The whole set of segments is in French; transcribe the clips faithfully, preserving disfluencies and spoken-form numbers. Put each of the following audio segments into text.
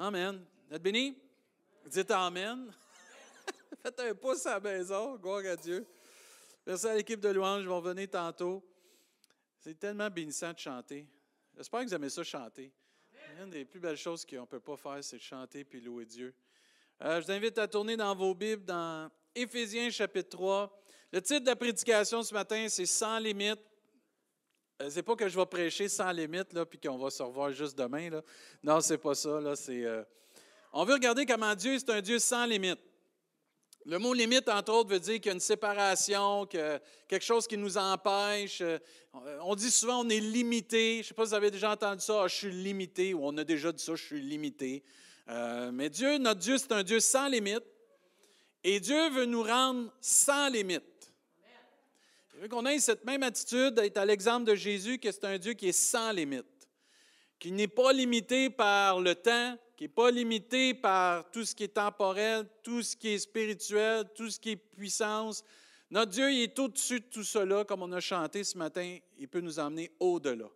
Amen. Vous êtes bénis? Dites Amen. Faites un pouce à la maison. Gloire à Dieu. Merci à l'équipe de louange. Je vais revenir tantôt. C'est tellement bénissant de chanter. J'espère que vous aimez ça, chanter. Une des plus belles choses qu'on ne peut pas faire, c'est de chanter et louer Dieu. Euh, je vous invite à tourner dans vos Bibles, dans Éphésiens chapitre trois. Le titre de la prédication ce matin, c'est « Sans limite ». Euh, c'est pas que je vais prêcher sans limite, là, puis qu'on va se revoir juste demain. Là. Non, c'est pas ça. Là, c'est, euh... On veut regarder comment Dieu, c'est un Dieu sans limite. Le mot « limite », entre autres, veut dire qu'il y a une séparation, que quelque chose qui nous empêche. On dit souvent on est limité. Je ne sais pas si vous avez déjà entendu ça, ah, « je suis limité » ou on a déjà dit ça, « je suis limité ». Euh, mais Dieu, notre Dieu, c'est un Dieu sans limite. Et Dieu veut nous rendre sans limite. Il veut qu'on ait cette même attitude d'être à l'exemple de Jésus, que c'est un Dieu qui est sans limite, qui n'est pas limité par le temps, qui n'est pas limité par tout ce qui est temporel, tout ce qui est spirituel, tout ce qui est puissance. Notre Dieu, il est au-dessus de tout cela, comme on a chanté ce matin, il peut nous emmener au-delà.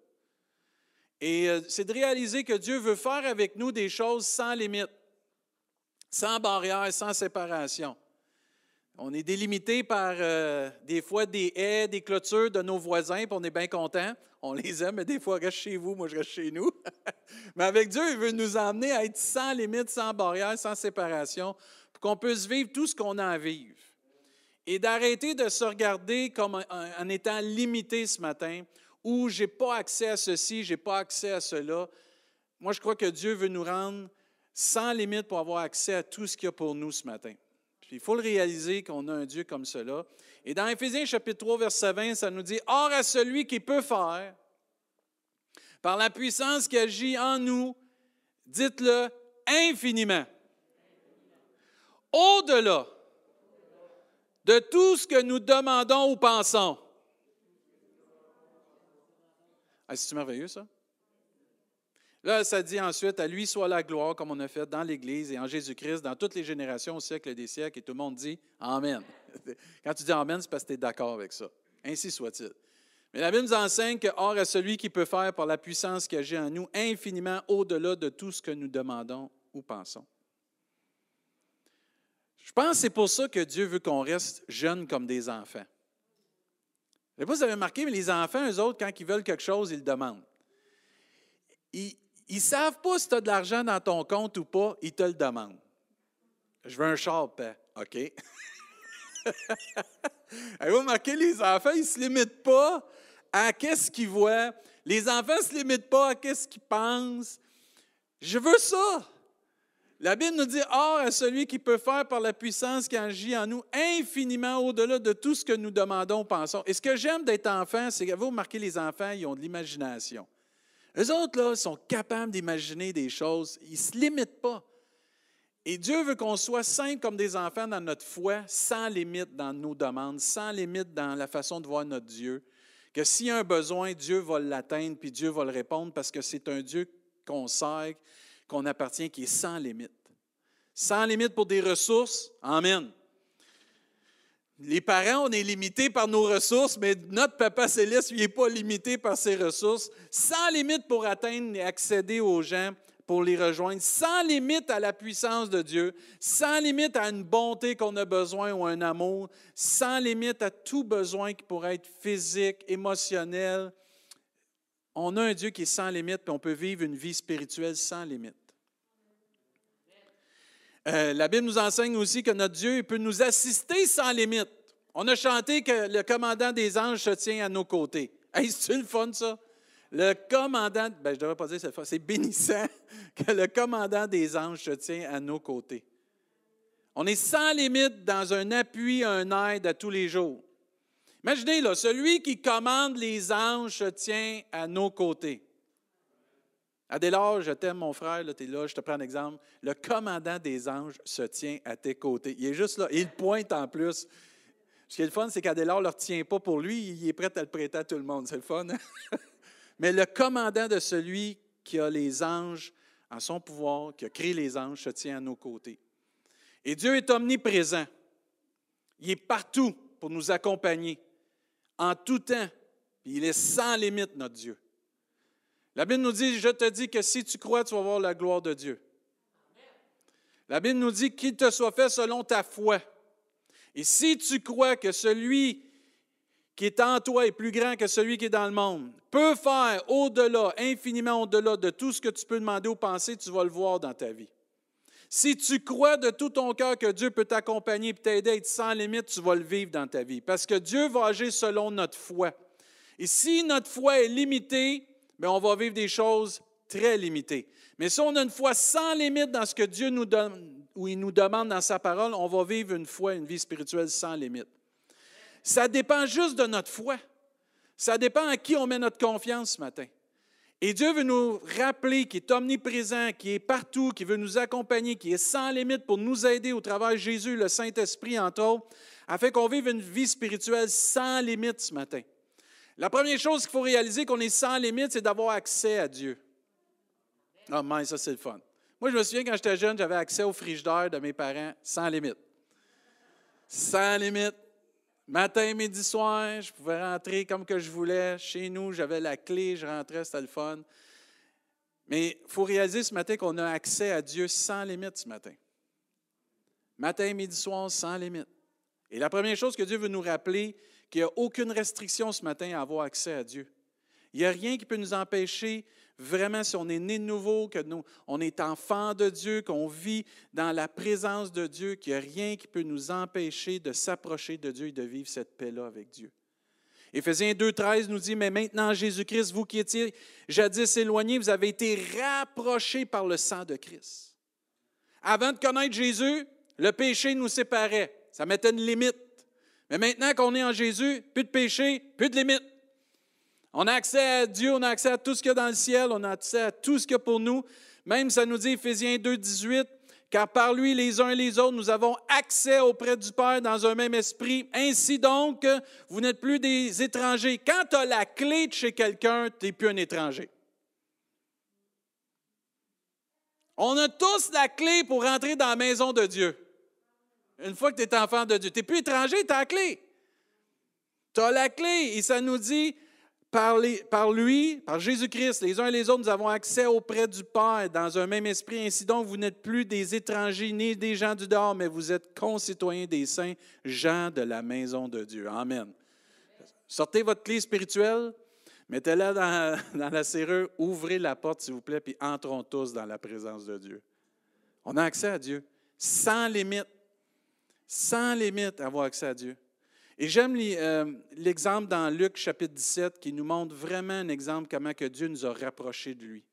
Et c'est de réaliser que Dieu veut faire avec nous des choses sans limite, sans barrière, sans séparation. On est délimité par euh, des fois des haies, des clôtures de nos voisins, puis on est bien content. On les aime, mais des fois, reste chez vous, moi je reste chez nous. Mais avec Dieu, il veut nous emmener à être sans limite, sans barrière, sans séparation, pour qu'on puisse vivre tout ce qu'on a à vivre. Et d'arrêter de se regarder comme en, en étant limité ce matin, où je n'ai pas accès à ceci, je n'ai pas accès à cela. Moi, je crois que Dieu veut nous rendre sans limite pour avoir accès à tout ce qu'il y a pour nous ce matin. Puis il faut le réaliser qu'on a un Dieu comme cela. Et dans Éphésiens chapitre trois, verset vingt, ça nous dit « Or à celui qui peut faire, par la puissance qui agit en nous, dites-le infiniment, au-delà de tout ce que nous demandons ou pensons. » Ah, c'est-tu merveilleux, ça? Là, ça dit ensuite, « À lui soit la gloire, comme on a fait dans l'Église et en Jésus-Christ, dans toutes les générations, au siècle des siècles. » Et tout le monde dit « Amen. » Quand tu dis « Amen », c'est parce que tu es d'accord avec ça. Ainsi soit-il. Mais la Bible nous enseigne que « Or à celui qui peut faire par la puissance qui agit en nous, infiniment au-delà de tout ce que nous demandons ou pensons. » Je pense que c'est pour ça que Dieu veut qu'on reste jeunes comme des enfants. Je ne sais pas si vous avez remarqué, mais les enfants, eux autres, quand ils veulent quelque chose, ils le demandent. Ils Ils ne savent pas si tu as de l'argent dans ton compte ou pas, ils te le demandent. Je veux un char, père. OK. Avez-vous remarqué, les enfants, ils ne se limitent pas à qu'est-ce qu'ils voient. Les enfants ne se limitent pas à qu'est-ce qu'ils pensent. Je veux ça. La Bible nous dit, « Or, à celui qui peut faire par la puissance qui agit en nous, infiniment au-delà de tout ce que nous demandons ou pensons. » Et ce que j'aime d'être enfant, c'est que vous remarquez, les enfants, ils ont de l'imagination. Eux autres, là, sont capables d'imaginer des choses. Ils ne se limitent pas. Et Dieu veut qu'on soit simples comme des enfants dans notre foi, sans limite dans nos demandes, sans limite dans la façon de voir notre Dieu. Que s'il y a un besoin, Dieu va l'atteindre, puis Dieu va le répondre, parce que c'est un Dieu qu'on sert, qu'on appartient, qui est sans limite. Sans limite pour des ressources. Amen. Les parents, on est limités par nos ressources, mais notre Papa Céleste, lui, n'est pas limité par ses ressources. Sans limite pour atteindre et accéder aux gens, pour les rejoindre. Sans limite à la puissance de Dieu. Sans limite à une bonté qu'on a besoin ou un amour. Sans limite à tout besoin qui pourrait être physique, émotionnel. On a un Dieu qui est sans limite, puis on peut vivre une vie spirituelle sans limite. Euh, la Bible nous enseigne aussi que notre Dieu peut nous assister sans limite. On a chanté que le commandant des anges se tient à nos côtés. Hey, c'est-tu le fun, ça? Le commandant, ben, je ne devrais pas dire que c'est le fun, c'est bénissant que le commandant des anges se tient à nos côtés. On est sans limite dans un appui, un aide à tous les jours. Imaginez, là, celui qui commande les anges se tient à nos côtés. Adélard, je t'aime, mon frère, tu es là, je te prends un exemple. Le commandant des anges se tient à tes côtés. Il est juste là, il pointe en plus. Ce qui est le fun, c'est qu'Adélard ne le retient pas pour lui, il est prêt à le prêter à tout le monde. C'est le fun. Hein? Mais le commandant de celui qui a les anges en son pouvoir, qui a créé les anges, se tient à nos côtés. Et Dieu est omniprésent. Il est partout pour nous accompagner, en tout temps. Il est sans limite, notre Dieu. La Bible nous dit, je te dis que si tu crois, tu vas voir la gloire de Dieu. La Bible nous dit qu'il te soit fait selon ta foi. Et si tu crois que celui qui est en toi est plus grand que celui qui est dans le monde, peut faire au-delà, infiniment au-delà de tout ce que tu peux demander ou penser, tu vas le voir dans ta vie. Si tu crois de tout ton cœur que Dieu peut t'accompagner et t'aider à être sans limite, tu vas le vivre dans ta vie. Parce que Dieu va agir selon notre foi. Et si notre foi est limitée, bien, on va vivre des choses très limitées. Mais si on a une foi sans limite dans ce que Dieu nous donne, ou il nous demande dans sa parole, on va vivre une foi, une vie spirituelle sans limite. Ça dépend juste de notre foi. Ça dépend à qui on met notre confiance ce matin. Et Dieu veut nous rappeler qu'il est omniprésent, qu'il est partout, qu'il veut nous accompagner, qu'il est sans limite pour nous aider au travers de Jésus, le Saint-Esprit, entre autres, afin qu'on vive une vie spirituelle sans limite ce matin. La première chose qu'il faut réaliser qu'on est sans limite, c'est d'avoir accès à Dieu. Ah, mais ça, c'est le fun. Moi, je me souviens, quand j'étais jeune, j'avais accès au frigidaire de mes parents sans limite. Sans limite. Matin, midi, soir, je pouvais rentrer comme que je voulais. Chez nous, j'avais la clé, je rentrais, c'était le fun. Mais il faut réaliser ce matin qu'on a accès à Dieu sans limite ce matin. Matin, midi, soir, sans limite. Et la première chose que Dieu veut nous rappeler, qu'il n'y a aucune restriction ce matin à avoir accès à Dieu. Il n'y a rien qui peut nous empêcher, vraiment, si on est né de nouveau, que nous, on est enfant de Dieu, qu'on vit dans la présence de Dieu, qu'il n'y a rien qui peut nous empêcher de s'approcher de Dieu et de vivre cette paix-là avec Dieu. Éphésiens deux, treize nous dit, « Mais maintenant, Jésus-Christ, vous qui étiez jadis éloignés, vous avez été rapprochés par le sang de Christ. » Avant de connaître Jésus, le péché nous séparait. Ça mettait une limite. Mais maintenant qu'on est en Jésus, plus de péché, plus de limite. On a accès à Dieu, on a accès à tout ce qu'il y a dans le ciel, on a accès à tout ce qu'il y a pour nous. Même, ça nous dit, Éphésiens deux, dix-huit, « Car par lui, les uns et les autres, nous avons accès auprès du Père dans un même esprit. Ainsi donc, vous n'êtes plus des étrangers. » Quand tu as la clé de chez quelqu'un, tu n'es plus un étranger. On a tous la clé pour rentrer dans la maison de Dieu. Une fois que tu es enfant de Dieu. Tu n'es plus étranger, tu as la clé. Tu as la clé. Et ça nous dit, par, les, par lui, par Jésus-Christ, les uns et les autres, nous avons accès auprès du Père dans un même esprit. Ainsi donc, vous n'êtes plus des étrangers ni des gens du dehors, mais vous êtes concitoyens des saints, gens de la maison de Dieu. Amen. Sortez votre clé spirituelle, mettez-la dans, dans la serrure, ouvrez la porte, s'il vous plaît, puis entrons tous dans la présence de Dieu. On a accès à Dieu, sans limite. Sans limite, avoir accès à Dieu. Et j'aime euh, l'exemple dans Luc chapitre dix-sept qui nous montre vraiment un exemple comment que Dieu nous a rapprochés de lui.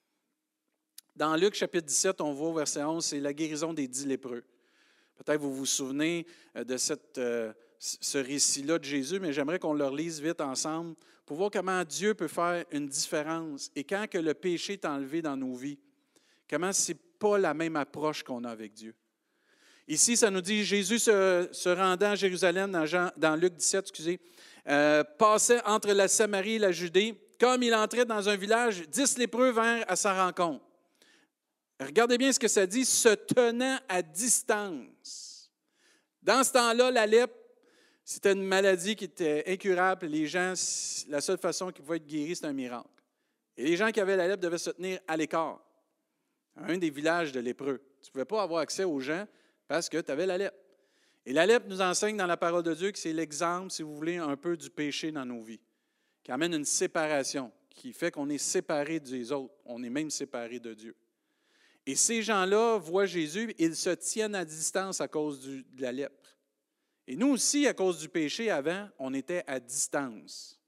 Dans Luc chapitre dix-sept, on voit au verset onze, c'est la guérison des dix lépreux. Peut-être vous vous souvenez de cette, euh, ce récit-là de Jésus, mais j'aimerais qu'on le relise vite ensemble pour voir comment Dieu peut faire une différence. Et quand que le péché est enlevé dans nos vies, comment ce n'est pas la même approche qu'on a avec Dieu. Ici, ça nous dit, Jésus se, se rendant à Jérusalem, dans, Jean, dans Luc dix-sept, excusez, euh, passait entre la Samarie et la Judée. Comme il entrait dans un village, dix lépreux vinrent à sa rencontre. Regardez bien ce que ça dit, se tenant à distance. Dans ce temps-là, la lèpre, c'était une maladie qui était incurable. Les gens, la seule façon qu'ils pouvaient être guéris, c'était un miracle. Et les gens qui avaient la lèpre devaient se tenir à l'écart, à un des villages de lépreux. Tu ne pouvais pas avoir accès aux gens parce que tu avais la lèpre. Et la lèpre nous enseigne dans la parole de Dieu que c'est l'exemple, si vous voulez, un peu du péché dans nos vies, qui amène une séparation, qui fait qu'on est séparé des autres. On est même séparé de Dieu. Et ces gens-là voient Jésus, ils se tiennent à distance à cause du, de la lèpre. Et nous aussi, à cause du péché avant, on était à distance.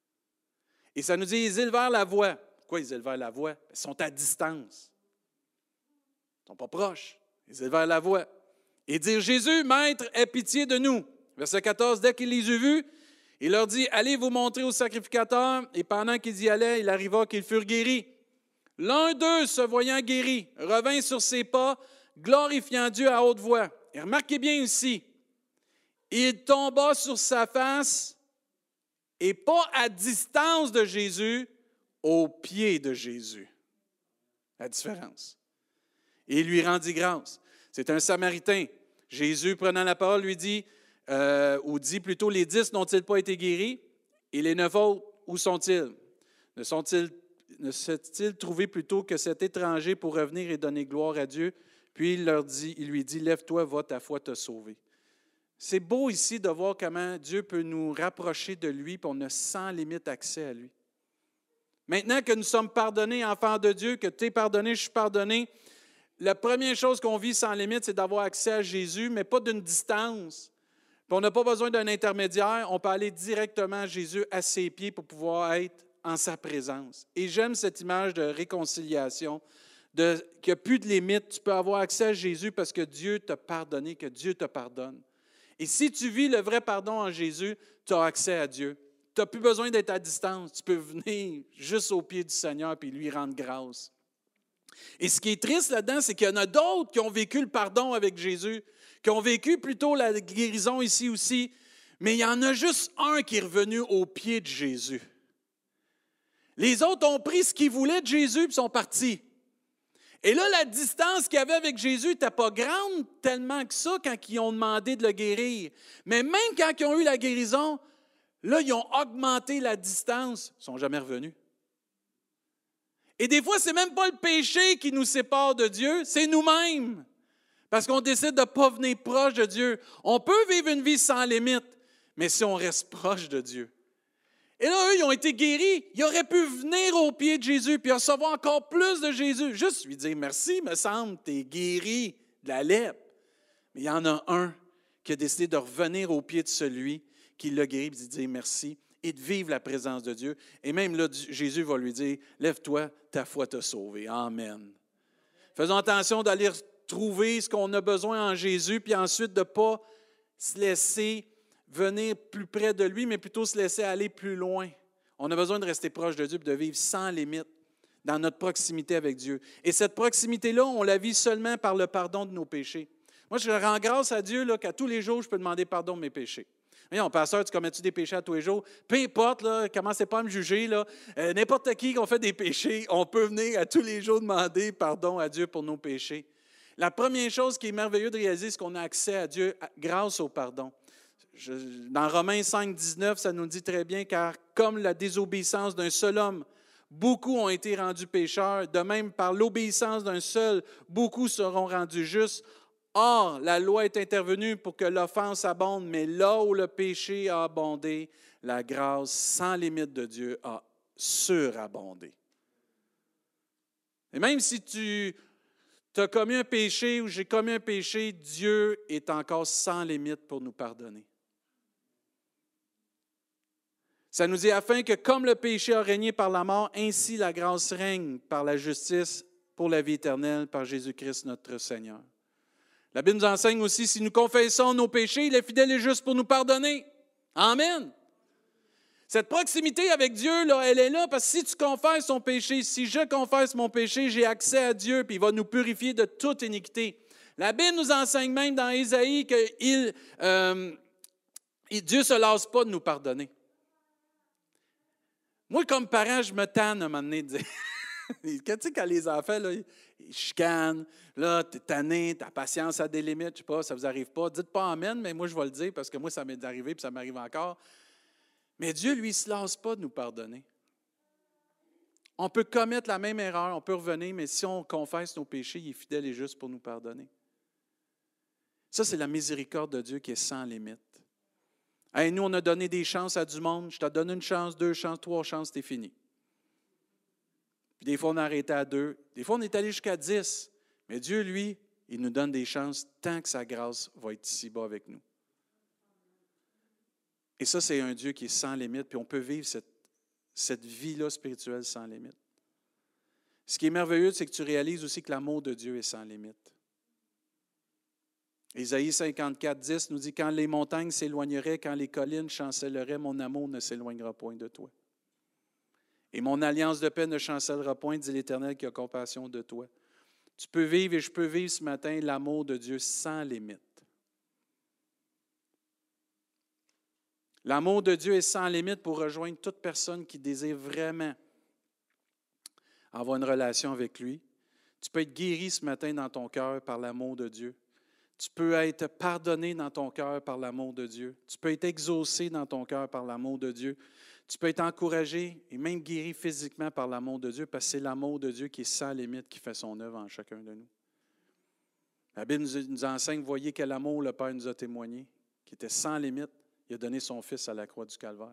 Et ça nous dit, ils élevèrent la voix. Pourquoi ils élevèrent la voix? Ils sont à distance. Ils ne sont pas proches. Ils élevèrent la voix. Et dire, Jésus, Maître, aie pitié de nous. Verset quatorze, dès qu'il les eut vus, il leur dit, allez vous montrer au sacrificateur. Et pendant qu'ils y allaient, il arriva qu'ils furent guéris. L'un d'eux, se voyant guéri, revint sur ses pas, glorifiant Dieu à haute voix. Et remarquez bien ici, il tomba sur sa face, et pas à distance de Jésus, aux pieds de Jésus. La différence. Et il lui rendit grâce. C'est un Samaritain. Jésus, prenant la parole, lui dit, euh, ou dit plutôt, les dix n'ont-ils pas été guéris? Et les neuf autres, où sont-ils? Ne sont-ils, ne s'est-il trouvé plutôt que cet étranger pour revenir et donner gloire à Dieu? Puis il, leur dit, il lui dit, « Lève-toi, va, ta foi t'a sauvé. » C'est beau ici de voir comment Dieu peut nous rapprocher de lui, puis on a sans limite accès à lui. Maintenant que nous sommes pardonnés, enfants de Dieu, que tu es pardonné, je suis pardonné, la première chose qu'on vit sans limite, c'est d'avoir accès à Jésus, mais pas d'une distance. Puis on n'a pas besoin d'un intermédiaire, on peut aller directement à Jésus à ses pieds pour pouvoir être en sa présence. Et j'aime cette image de réconciliation, de, qu'il n'y a plus de limite. Tu peux avoir accès à Jésus parce que Dieu t'a pardonné, que Dieu te pardonne. Et si tu vis le vrai pardon en Jésus, tu as accès à Dieu. Tu n'as plus besoin d'être à distance. Tu peux venir juste au pied du Seigneur et lui rendre grâce. Et ce qui est triste là-dedans, c'est qu'il y en a d'autres qui ont vécu le pardon avec Jésus, qui ont vécu plutôt la guérison ici aussi, mais il y en a juste un qui est revenu au pied de Jésus. Les autres ont pris ce qu'ils voulaient de Jésus et sont partis. Et là, la distance qu'il y avait avec Jésus n'était pas grande tellement que ça quand ils ont demandé de le guérir. Mais même quand ils ont eu la guérison, là, ils ont augmenté la distance. Ils ne sont jamais revenus. Et des fois, ce n'est même pas le péché qui nous sépare de Dieu, c'est nous-mêmes. Parce qu'on décide de ne pas venir proche de Dieu. On peut vivre une vie sans limite, mais si on reste proche de Dieu. Et là, eux, ils ont été guéris. Ils auraient pu venir au pied de Jésus puis recevoir encore plus de Jésus. Juste lui dire merci, me semble, tu es guéri de la lèpre. Mais il y en a un qui a décidé de revenir au pied de celui qui l'a guéri et de dire merci et de vivre la présence de Dieu. Et même là, Jésus va lui dire, lève-toi, ta foi t'a sauvé. Amen. Faisons attention d'aller trouver ce qu'on a besoin en Jésus puis ensuite de ne pas se laisser venir plus près de lui, mais plutôt se laisser aller plus loin. On a besoin de rester proche de Dieu et de vivre sans limite dans notre proximité avec Dieu. Et cette proximité-là, on la vit seulement par le pardon de nos péchés. Moi, je rends grâce à Dieu là, qu'à tous les jours, je peux demander pardon de mes péchés. Voyons, pasteur, tu commets-tu des péchés à tous les jours? Peu importe, là, commencez pas à me juger. Là. Euh, n'importe qui qui fait des péchés, on peut venir à tous les jours demander pardon à Dieu pour nos péchés. La première chose qui est merveilleuse de réaliser, c'est qu'on a accès à Dieu grâce au pardon. Je, dans Romains cinq, dix-neuf, ça nous dit très bien, car comme la désobéissance d'un seul homme, beaucoup ont été rendus pécheurs, de même par l'obéissance d'un seul, beaucoup seront rendus justes. Or, la loi est intervenue pour que l'offense abonde, mais là où le péché a abondé, la grâce sans limite de Dieu a surabondé. Et même si tu as commis un péché ou j'ai commis un péché, Dieu est encore sans limite pour nous pardonner. Ça nous dit, afin que comme le péché a régné par la mort, ainsi la grâce règne par la justice pour la vie éternelle par Jésus-Christ notre Seigneur. La Bible nous enseigne aussi, si nous confessons nos péchés, il est fidèle et juste pour nous pardonner. Amen. Cette proximité avec Dieu, là, elle est là parce que si tu confesses ton péché, si je confesse mon péché, j'ai accès à Dieu puis il va nous purifier de toute iniquité. La Bible nous enseigne même dans Ésaïe que il, euh, Dieu ne se lasse pas de nous pardonner. Moi, comme parent, je me tanne à un moment donné de dire, tu sais, quand les enfants, là, ils chicanent, là, tu es tanné, ta patience a des limites, je ne sais pas, ça ne vous arrive pas. Dites pas amen, mais moi, je vais le dire parce que moi, ça m'est arrivé et ça m'arrive encore. Mais Dieu, lui, ne se lasse pas de nous pardonner. On peut commettre la même erreur, on peut revenir, mais si on confesse nos péchés, il est fidèle et juste pour nous pardonner. Ça, c'est la miséricorde de Dieu qui est sans limite. Hey, nous, on a donné des chances à du monde. Je te donne une chance, deux chances, trois chances, c'est fini. Puis des fois, on a arrêté à deux. Des fois, on est allé jusqu'à dix. Mais Dieu, lui, il nous donne des chances tant que sa grâce va être ici-bas avec nous. Et ça, c'est un Dieu qui est sans limite. Puis on peut vivre cette, cette vie-là spirituelle sans limite. Ce qui est merveilleux, c'est que tu réalises aussi que l'amour de Dieu est sans limite. Ésaïe cinquante-quatre, dix nous dit « Quand les montagnes s'éloigneraient, quand les collines chancelleraient, mon amour ne s'éloignera point de toi. Et mon alliance de paix ne chancellera point, dit l'Éternel qui a compassion de toi. » Tu peux vivre et je peux vivre ce matin l'amour de Dieu sans limite. L'amour de Dieu est sans limite pour rejoindre toute personne qui désire vraiment avoir une relation avec lui. Tu peux être guéri ce matin dans ton cœur par l'amour de Dieu. Tu peux être pardonné dans ton cœur par l'amour de Dieu. Tu peux être exaucé dans ton cœur par l'amour de Dieu. Tu peux être encouragé et même guéri physiquement par l'amour de Dieu parce que c'est l'amour de Dieu qui est sans limite qui fait son œuvre en chacun de nous. La Bible nous, nous enseigne, voyez quel amour le Père nous a témoigné, qui était sans limite. Il a donné son Fils à la croix du Calvaire.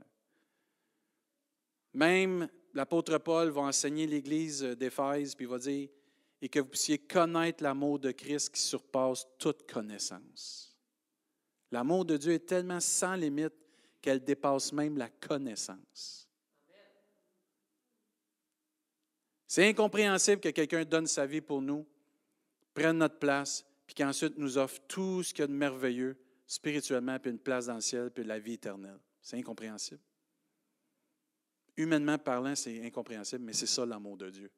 Même l'apôtre Paul va enseigner l'Église d'Éphèse, puis il va dire, et que vous puissiez connaître l'amour de Christ qui surpasse toute connaissance. L'amour de Dieu est tellement sans limite qu'elle dépasse même la connaissance. C'est incompréhensible que quelqu'un donne sa vie pour nous, prenne notre place, puis qu'ensuite nous offre tout ce qu'il y a de merveilleux spirituellement, puis une place dans le ciel, puis la vie éternelle. C'est incompréhensible. Humainement parlant, c'est incompréhensible, mais c'est ça l'amour de Dieu.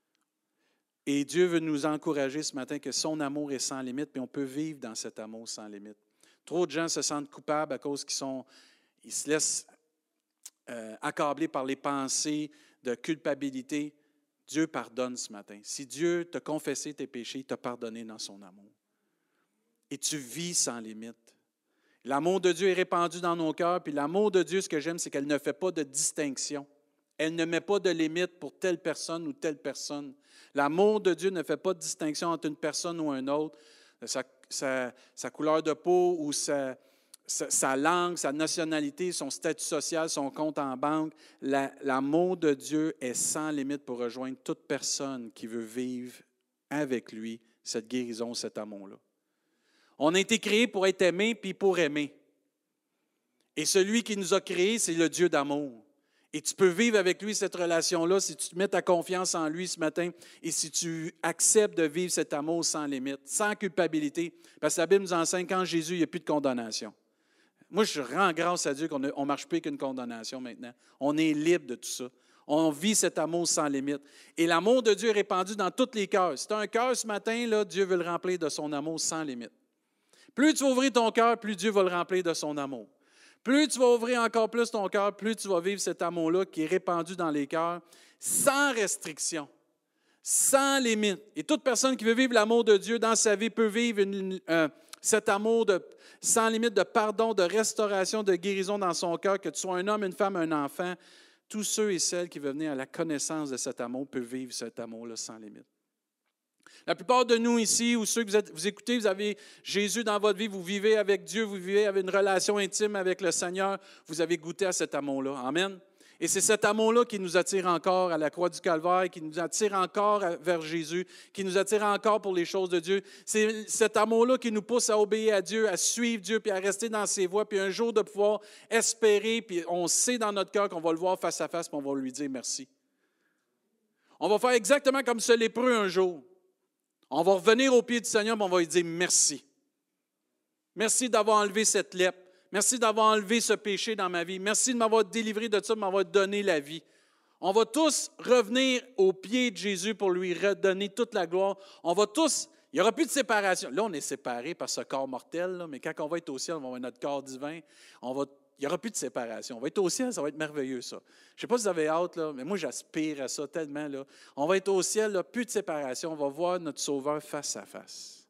Et Dieu veut nous encourager ce matin que son amour est sans limite, puis on peut vivre dans cet amour sans limite. Trop de gens se sentent coupables à cause qu'ils sont, ils se laissent euh, accabler par les pensées de culpabilité. Dieu pardonne ce matin. Si Dieu t'a confessé tes péchés, il t'a pardonné dans son amour. Et tu vis sans limite. L'amour de Dieu est répandu dans nos cœurs, puis l'amour de Dieu, ce que j'aime, c'est qu'elle ne fait pas de distinction. Elle ne met pas de limite pour telle personne ou telle personne. L'amour de Dieu ne fait pas de distinction entre une personne ou une autre, sa, sa, sa couleur de peau ou sa, sa, sa langue, sa nationalité, son statut social, son compte en banque. La, l'amour de Dieu est sans limite pour rejoindre toute personne qui veut vivre avec lui cette guérison, cet amour-là. On a été créés pour être aimés puis pour aimer. Et celui qui nous a créés, c'est le Dieu d'amour. Et tu peux vivre avec lui cette relation-là si tu mets ta confiance en lui ce matin et si tu acceptes de vivre cet amour sans limite, sans culpabilité. Parce que la Bible nous enseigne qu'en Jésus, il n'y a plus de condamnation. Moi, je rends grâce à Dieu qu'on ne marche plus qu'une condamnation maintenant. On est libre de tout ça. On vit cet amour sans limite. Et l'amour de Dieu est répandu dans tous les cœurs. Si tu as un cœur ce matin, là, Dieu veut le remplir de son amour sans limite. Plus tu vas ouvrir ton cœur, plus Dieu va le remplir de son amour. Plus tu vas ouvrir encore plus ton cœur, plus tu vas vivre cet amour-là qui est répandu dans les cœurs, sans restriction, sans limite. Et toute personne qui veut vivre l'amour de Dieu dans sa vie peut vivre une, euh, cet amour de, sans limite de pardon, de restauration, de guérison dans son cœur, que tu sois un homme, une femme, un enfant. Tous ceux et celles qui veulent venir à la connaissance de cet amour peuvent vivre cet amour-là sans limite. La plupart de nous ici, ou ceux que vous, êtes, vous écoutez, vous avez Jésus dans votre vie, vous vivez avec Dieu, vous vivez avec une relation intime avec le Seigneur, vous avez goûté à cet amour-là. Amen. Et c'est cet amour-là qui nous attire encore à la croix du Calvaire, qui nous attire encore vers Jésus, qui nous attire encore pour les choses de Dieu. C'est cet amour-là qui nous pousse à obéir à Dieu, à suivre Dieu, puis à rester dans ses voies, puis un jour de pouvoir espérer, puis on sait dans notre cœur qu'on va le voir face à face, puis on va lui dire merci. On va faire exactement comme ce lépreux un jour. On va revenir au pied du Seigneur et on va lui dire merci. Merci d'avoir enlevé cette lèpre. Merci d'avoir enlevé ce péché dans ma vie. Merci de m'avoir délivré de ça, de m'avoir donné la vie. On va tous revenir au pied de Jésus pour lui redonner toute la gloire. On va tous, il n'y aura plus de séparation. Là, on est séparés par ce corps mortel, là, mais quand on va être au ciel, on va avoir notre corps divin. On va Il n'y aura plus de séparation. On va être au ciel, ça va être merveilleux, ça. Je ne sais pas si vous avez hâte, là, mais moi, j'aspire à ça tellement. Là. On va être au ciel, là, plus de séparation. On va voir notre Sauveur face à face.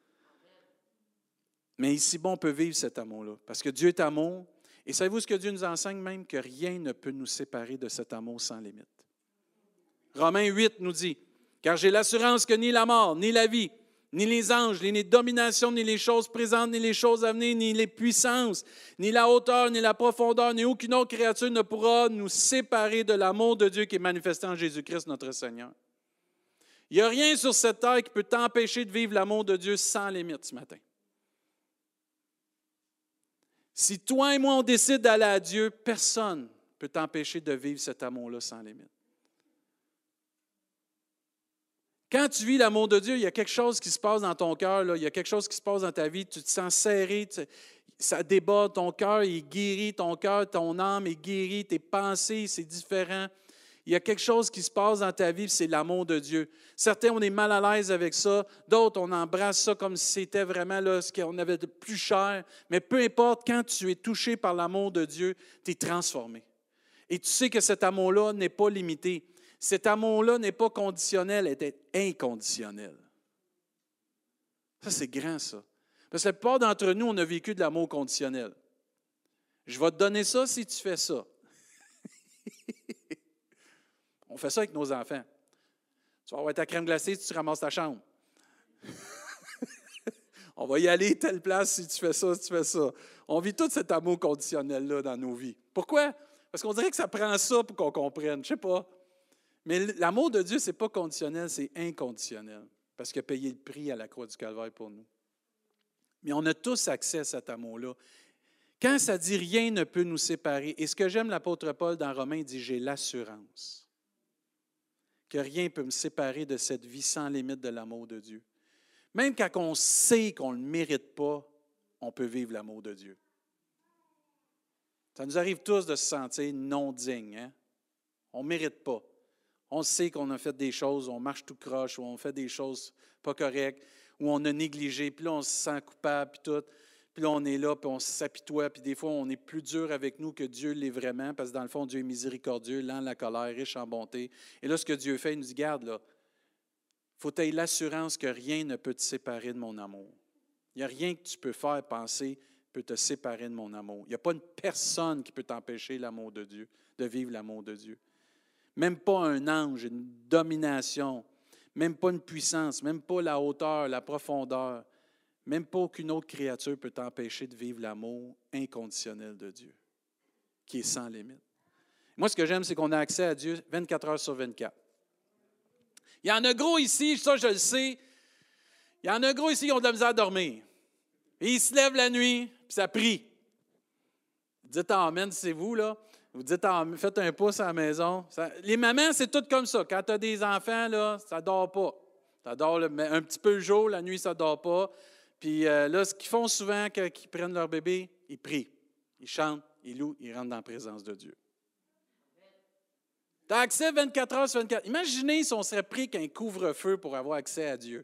Mais ici, bon, on peut vivre cet amour-là, parce que Dieu est amour. Et savez-vous ce que Dieu nous enseigne même? Que rien ne peut nous séparer de cet amour sans limite. Romains huit nous dit, « Car j'ai l'assurance que ni la mort, ni la vie, ni les anges, ni les dominations, ni les choses présentes, ni les choses à venir, ni les puissances, ni la hauteur, ni la profondeur, ni aucune autre créature ne pourra nous séparer de l'amour de Dieu qui est manifesté en Jésus-Christ, notre Seigneur. » Il n'y a rien sur cette terre qui peut t'empêcher de vivre l'amour de Dieu sans limite ce matin. Si toi et moi, on décide d'aller à Dieu, personne ne peut t'empêcher de vivre cet amour-là sans limite. Quand tu vis l'amour de Dieu, il y a quelque chose qui se passe dans ton cœur, là, il y a quelque chose qui se passe dans ta vie, tu te sens serré, tu, ça déborde, ton cœur est guéri, ton cœur, ton âme est guérie, tes pensées, c'est différent. Il y a quelque chose qui se passe dans ta vie, c'est l'amour de Dieu. Certains, on est mal à l'aise avec ça, d'autres, on embrasse ça comme si c'était vraiment là, ce qu'on avait de plus cher. Mais peu importe, quand tu es touché par l'amour de Dieu, tu es transformé. Et tu sais que cet amour-là n'est pas limité. Cet amour-là n'est pas conditionnel, elle est inconditionnel. Ça, c'est grand, ça. Parce que la plupart d'entre nous, on a vécu de l'amour conditionnel. Je vais te donner ça si tu fais ça. On fait ça avec nos enfants. Tu vas avoir ta crème glacée si tu ramasses ta chambre. On va y aller telle place si tu fais ça, si tu fais ça. On vit tout cet amour conditionnel-là dans nos vies. Pourquoi? Parce qu'on dirait que ça prend ça pour qu'on comprenne. Je ne sais pas. Mais l'amour de Dieu, ce n'est pas conditionnel, c'est inconditionnel. Parce qu'il a payé le prix à la croix du Calvaire pour nous. Mais on a tous accès à cet amour-là. Quand ça dit « rien ne peut nous séparer », et ce que j'aime l'apôtre Paul dans Romains, il dit « j'ai l'assurance que rien ne peut me séparer de cette vie sans limite de l'amour de Dieu ». Même quand on sait qu'on ne le mérite pas, on peut vivre l'amour de Dieu. Ça nous arrive tous de se sentir non dignes. Hein? On ne mérite pas. On sait qu'on a fait des choses, on marche tout croche, ou on fait des choses pas correctes, ou on a négligé, puis là, on se sent coupable, puis tout. Puis là, on est là, puis on s'apitoie, puis des fois, on est plus dur avec nous que Dieu l'est vraiment, parce que dans le fond, Dieu est miséricordieux, lent à la colère, riche en bonté. Et là, ce que Dieu fait, il nous dit, garde, là, il faut que tu aies l'assurance que rien ne peut te séparer de mon amour. Il n'y a rien que tu peux faire penser peut te séparer de mon amour. Il n'y a pas une personne qui peut t'empêcher l'amour de Dieu, de vivre l'amour de Dieu. Même pas un ange, une domination, même pas une puissance, même pas la hauteur, la profondeur, même pas aucune autre créature peut t'empêcher de vivre l'amour inconditionnel de Dieu, qui est sans limite. Moi, ce que j'aime, c'est qu'on a accès à Dieu vingt-quatre heures sur vingt-quatre. Il y en a gros ici, ça je le sais, il y en a gros ici qui ont de la misère à dormir. Et ils se lèvent la nuit, puis ça prie. Dites amen, c'est vous, là. Vous dites, faites un pouce à la maison. Ça, les mamans, c'est tout comme ça. Quand tu as des enfants, là, ça ne dort pas. Ça dort un petit peu le jour, la nuit, ça ne dort pas. Puis euh, là, ce qu'ils font souvent quand ils prennent leur bébé, ils prient. Ils chantent, ils louent, ils rentrent dans la présence de Dieu. Tu as accès vingt-quatre heures sur vingt-quatre. Imaginez si on serait pris qu'un couvre-feu pour avoir accès à Dieu.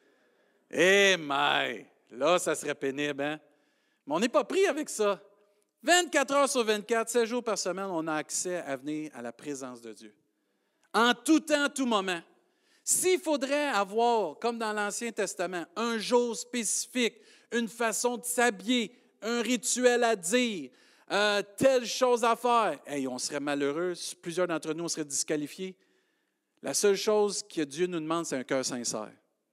Eh, mais, là, ça serait pénible, hein? Mais on n'est pas pris avec ça. vingt-quatre heures sur vingt-quatre, sept jours par semaine, on a accès à venir à la présence de Dieu. En tout temps, tout moment. S'il faudrait avoir, comme dans l'Ancien Testament, un jour spécifique, une façon de s'habiller, un rituel à dire, euh, telle chose à faire, hey, on serait malheureux, plusieurs d'entre nous, on serait disqualifiés. La seule chose que Dieu nous demande, c'est un cœur sincère.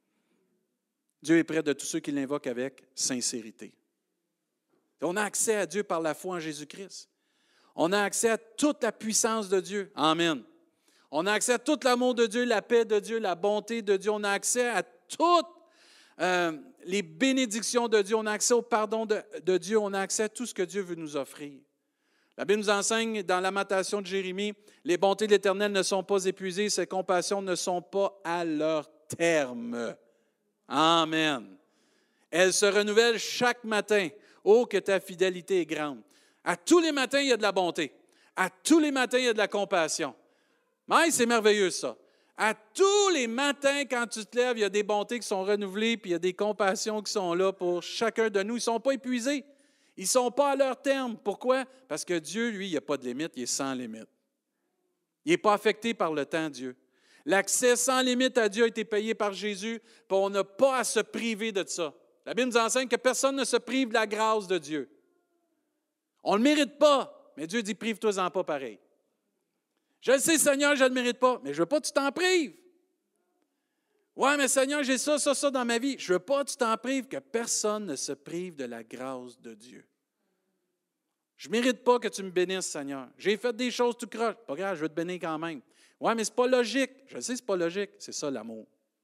Dieu est près de tous ceux qui l'invoquent avec sincérité. On a accès à Dieu par la foi en Jésus-Christ. On a accès à toute la puissance de Dieu. Amen. On a accès à tout l'amour de Dieu, la paix de Dieu, la bonté de Dieu. On a accès à toutes euh, les bénédictions de Dieu. On a accès au pardon de, de Dieu. On a accès à tout ce que Dieu veut nous offrir. La Bible nous enseigne dans Lamentation de Jérémie, les bontés de l'Éternel ne sont pas épuisées, ses compassions ne sont pas à leur terme. Amen. Elles se renouvellent chaque matin. Oh, que ta fidélité est grande. À tous les matins, il y a de la bonté. À tous les matins, il y a de la compassion. Mais c'est merveilleux, ça. À tous les matins, quand tu te lèves, il y a des bontés qui sont renouvelées, puis il y a des compassions qui sont là pour chacun de nous. Ils ne sont pas épuisés. Ils ne sont pas à leur terme. Pourquoi? Parce que Dieu, lui, il n'y a pas de limite, il est sans limite. Il n'est pas affecté par le temps, Dieu. L'accès sans limite à Dieu a été payé par Jésus, puis on n'a pas à se priver de ça. La Bible nous enseigne que personne ne se prive de la grâce de Dieu. On ne le mérite pas, mais Dieu dit, prive-toi-en pas pareil. Je le sais, Seigneur, je ne le mérite pas, mais je ne veux pas que tu t'en prives. Oui, mais Seigneur, j'ai ça, ça, ça dans ma vie. Je ne veux pas que tu t'en prives, que personne ne se prive de la grâce de Dieu. Je ne mérite pas que tu me bénisses, Seigneur. J'ai fait des choses tout croche. Pas grave, je veux te bénir quand même. Oui, mais ce n'est pas logique. Je le sais, ce n'est pas logique. C'est ça l'amour.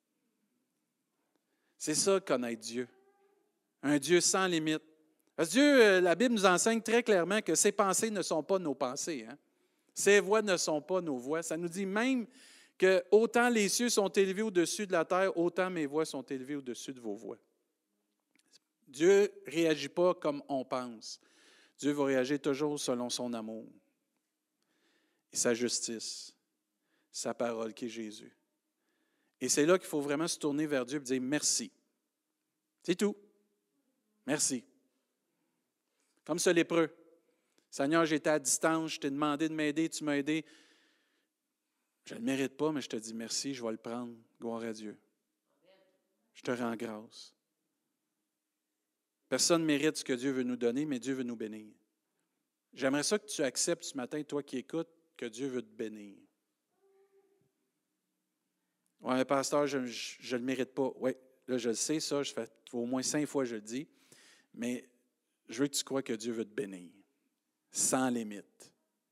C'est ça, connaître Dieu. Un Dieu sans limite. Parce que Dieu, la Bible nous enseigne très clairement que ses pensées ne sont pas nos pensées. Hein? Ses voies ne sont pas nos voies. Ça nous dit même que autant les cieux sont élevés au-dessus de la terre, autant mes voies sont élevées au-dessus de vos voies. Dieu ne réagit pas comme on pense. Dieu va réagir toujours selon son amour et sa justice, sa parole qui est Jésus. Et c'est là qu'il faut vraiment se tourner vers Dieu et dire merci. C'est tout. Merci. Comme ce lépreux. Seigneur, j'étais à distance, je t'ai demandé de m'aider, tu m'as aidé. Je ne le mérite pas, mais je te dis merci, je vais le prendre. Gloire à Dieu. Je te rends grâce. Personne ne mérite ce que Dieu veut nous donner, mais Dieu veut nous bénir. J'aimerais ça que tu acceptes ce matin, toi qui écoutes, que Dieu veut te bénir. Oui, mais pasteur, je ne le mérite pas. Oui, Là, je le sais, ça, je fais au moins cinq fois je le dis, mais je veux que tu crois que Dieu veut te bénir, sans limite.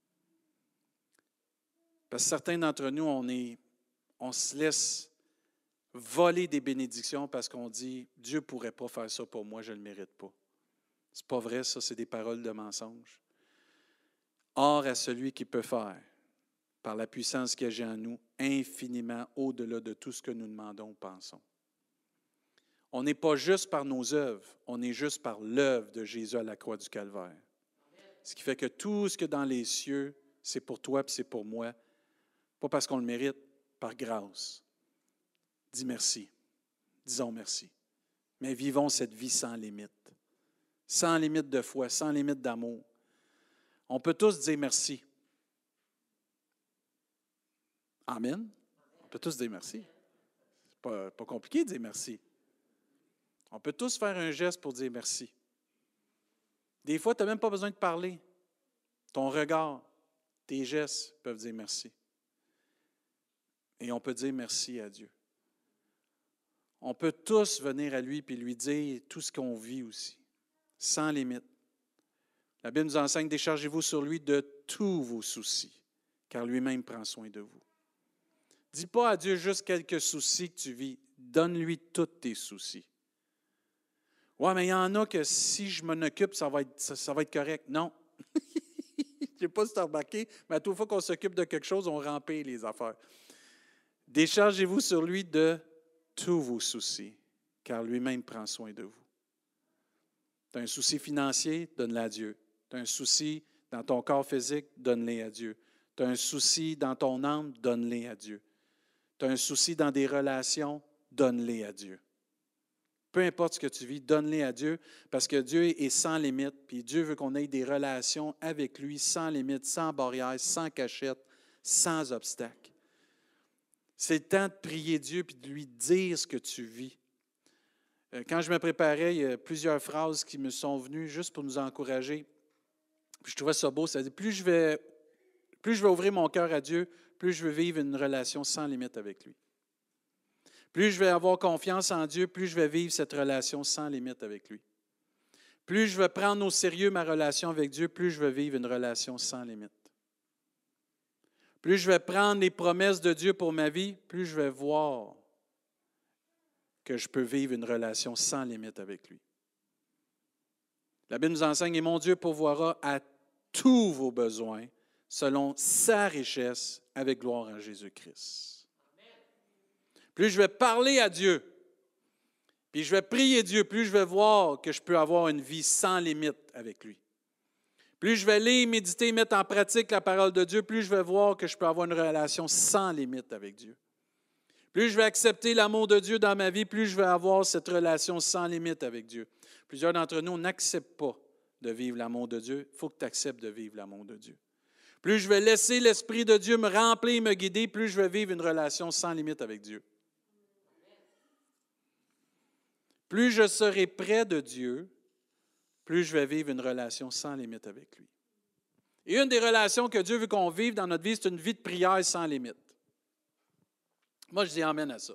Parce que certains d'entre nous, on, est, on se laisse voler des bénédictions parce qu'on dit « Dieu ne pourrait pas faire ça pour moi, je ne le mérite pas ». C'est pas vrai, ça, c'est des paroles de mensonge. Or à celui qui peut faire, par la puissance qui agit en nous, infiniment au-delà de tout ce que nous demandons ou pensons. On n'est pas juste par nos œuvres, on est juste par l'œuvre de Jésus à la croix du Calvaire. Ce qui fait que tout ce que dans les cieux, c'est pour toi et c'est pour moi, pas parce qu'on le mérite, par grâce. Dis merci. Disons merci. Mais vivons cette vie sans limite. Sans limite de foi, sans limite d'amour. On peut tous dire merci. Amen. On peut tous dire merci. C'est pas, pas compliqué de dire merci. On peut tous faire un geste pour dire merci. Des fois, tu n'as même pas besoin de parler. Ton regard, tes gestes peuvent dire merci. Et on peut dire merci à Dieu. On peut tous venir à lui et lui dire tout ce qu'on vit aussi, sans limite. La Bible nous enseigne, déchargez-vous sur lui de tous vos soucis, car lui-même prend soin de vous. Dis pas à Dieu juste quelques soucis que tu vis, donne-lui tous tes soucis. Ouais, mais il y en a que si je m'en occupe, ça va être, ça, ça va être correct. Non. Je ne sais pas si tu as remarqué, mais à toute fois qu'on s'occupe de quelque chose, on remplit les affaires. Déchargez-vous sur lui de tous vos soucis, car lui-même prend soin de vous. Tu as un souci financier, donne-le à Dieu. Tu as un souci dans ton corps physique, donne-le à Dieu. Tu as un souci dans ton âme, donne-le à Dieu. Tu as un souci dans des relations, donne-le à Dieu. Peu importe ce que tu vis, donne-les à Dieu parce que Dieu est sans limite. Puis Dieu veut qu'on ait des relations avec lui sans limite, sans barrière, sans cachette, sans obstacle. C'est le temps de prier Dieu puis de lui dire ce que tu vis. Quand je me préparais, il y a plusieurs phrases qui me sont venues juste pour nous encourager. Puis je trouvais ça beau. Ça dit, plus je vais, plus je vais ouvrir mon cœur à Dieu, plus je vais vivre une relation sans limite avec lui. Plus je vais avoir confiance en Dieu, plus je vais vivre cette relation sans limite avec lui. Plus je vais prendre au sérieux ma relation avec Dieu, plus je vais vivre une relation sans limite. Plus je vais prendre les promesses de Dieu pour ma vie, plus je vais voir que je peux vivre une relation sans limite avec lui. La Bible nous enseigne, et mon Dieu pourvoira à tous vos besoins selon sa richesse avec gloire en Jésus-Christ. Plus je vais parler à Dieu, puis je vais prier Dieu, plus je vais voir que je peux avoir une vie sans limite avec lui. Plus je vais lire, méditer, mettre en pratique la parole de Dieu, plus je vais voir que je peux avoir une relation sans limite avec Dieu. Plus je vais accepter l'amour de Dieu dans ma vie, plus je vais avoir cette relation sans limite avec Dieu. Plusieurs d'entre nous, on n'accepte pas de vivre l'amour de Dieu. Il faut que tu acceptes de vivre l'amour de Dieu. Plus je vais laisser l'Esprit de Dieu me remplir, me guider, plus je vais vivre une relation sans limite avec Dieu. Plus je serai près de Dieu, plus je vais vivre une relation sans limite avec lui. Et une des relations que Dieu veut qu'on vive dans notre vie, c'est une vie de prière sans limite. Moi, je dis amen à ça.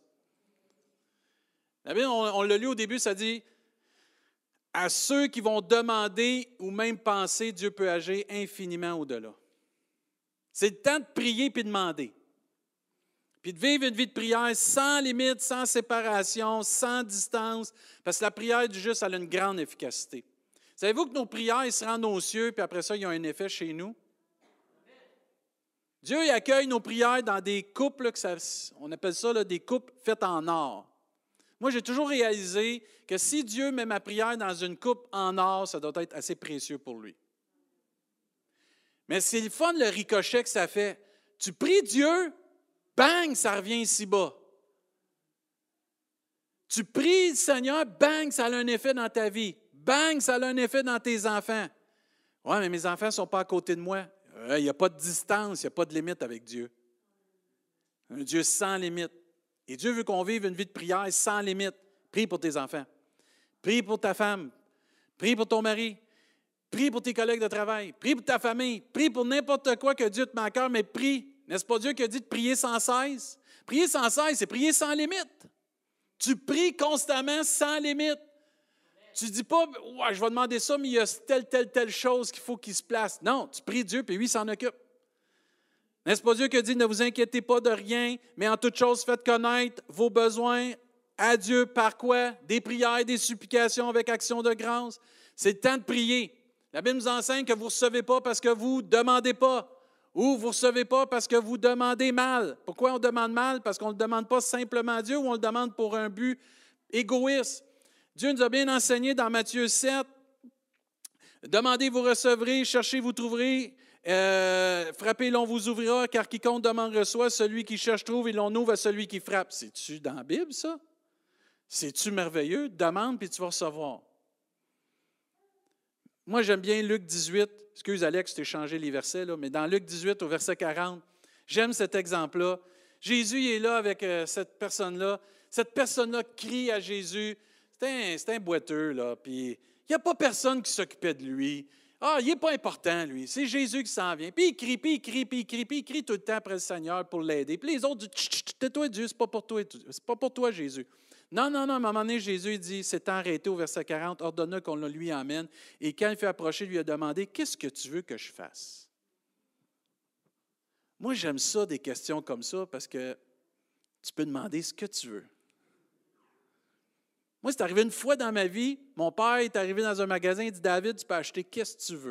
La Bible, on, on l'a lu au début, ça dit « À ceux qui vont demander ou même penser, Dieu peut agir infiniment au-delà. » C'est le temps de prier et de demander. Puis de vivre une vie de prière sans limite, sans séparation, sans distance, parce que la prière du juste, elle a une grande efficacité. Savez-vous que nos prières, ils se rendent aux cieux, puis après ça, ils ont un effet chez nous? Dieu il accueille nos prières dans des coupes, là, que ça, on appelle ça là, des coupes faites en or. Moi, j'ai toujours réalisé que si Dieu met ma prière dans une coupe en or, ça doit être assez précieux pour lui. Mais c'est le fun, le ricochet que ça fait. Tu pries Dieu, bang, ça revient ici-bas. Tu pries le Seigneur, bang, ça a un effet dans ta vie. Bang, ça a un effet dans tes enfants. Oui, mais mes enfants ne sont pas à côté de moi. Il n'y a pas de distance, il n'y a pas de limite avec Dieu. Un Dieu sans limite. Et Dieu veut qu'on vive une vie de prière sans limite. Prie pour tes enfants. Prie pour ta femme. Prie pour ton mari. Prie pour tes collègues de travail. Prie pour ta famille. Prie pour n'importe quoi que Dieu te met à cœur, mais prie. N'est-ce pas Dieu qui a dit de prier sans cesse? Prier sans cesse, c'est prier sans limite. Tu pries constamment sans limite. Tu ne dis pas, ouais, je vais demander ça, mais il y a telle, telle, telle chose qu'il faut qu'il se place. Non, tu pries Dieu, puis lui, il s'en occupe. N'est-ce pas Dieu qui dit, ne vous inquiétez pas de rien, mais en toute chose, faites connaître vos besoins à Dieu par quoi? Des prières, des supplications avec action de grâce. C'est le temps de prier. La Bible nous enseigne que vous ne recevez pas parce que vous ne demandez pas. Ou vous ne recevez pas parce que vous demandez mal. Pourquoi on demande mal? Parce qu'on ne le demande pas simplement à Dieu ou on le demande pour un but égoïste. Dieu nous a bien enseigné dans Matthieu sept, « Demandez, vous recevrez, cherchez, vous trouverez, euh, frappez, l'on vous ouvrira, car quiconque demande reçoit, celui qui cherche trouve, et l'on ouvre à celui qui frappe. » C'est-tu dans la Bible, ça? C'est-tu merveilleux? Demande, puis tu vas recevoir. Moi, j'aime bien Luc dix-huit. Excuse, Alex, je t'ai changé les versets, là, mais dans Luc dix-huit, au verset quarante, j'aime cet exemple-là. Jésus il est là avec euh, cette personne-là. Cette personne-là crie à Jésus. C'est un, c'est un boiteux, là, puis il n'y a pas personne qui s'occupait de lui. Ah, il n'est pas important, lui. C'est Jésus qui s'en vient. Puis il crie, puis il crie, puis il crie, puis il crie tout le temps après le Seigneur pour l'aider. Puis les autres disent, « Tais-toi, Dieu, c'est pas pour toi, c'est pas pour toi, Jésus. » Non, non, non, à un moment donné, Jésus dit, c'est arrêté au verset quarante, ordonna qu'on le lui emmène. Et quand il fait approcher, il lui a demandé, « Qu'est-ce que tu veux que je fasse? » Moi, j'aime ça, des questions comme ça, parce que tu peux demander ce que tu veux. Moi, c'est arrivé une fois dans ma vie, mon père est arrivé dans un magasin, il dit, « David, tu peux acheter qu'est-ce que tu veux. »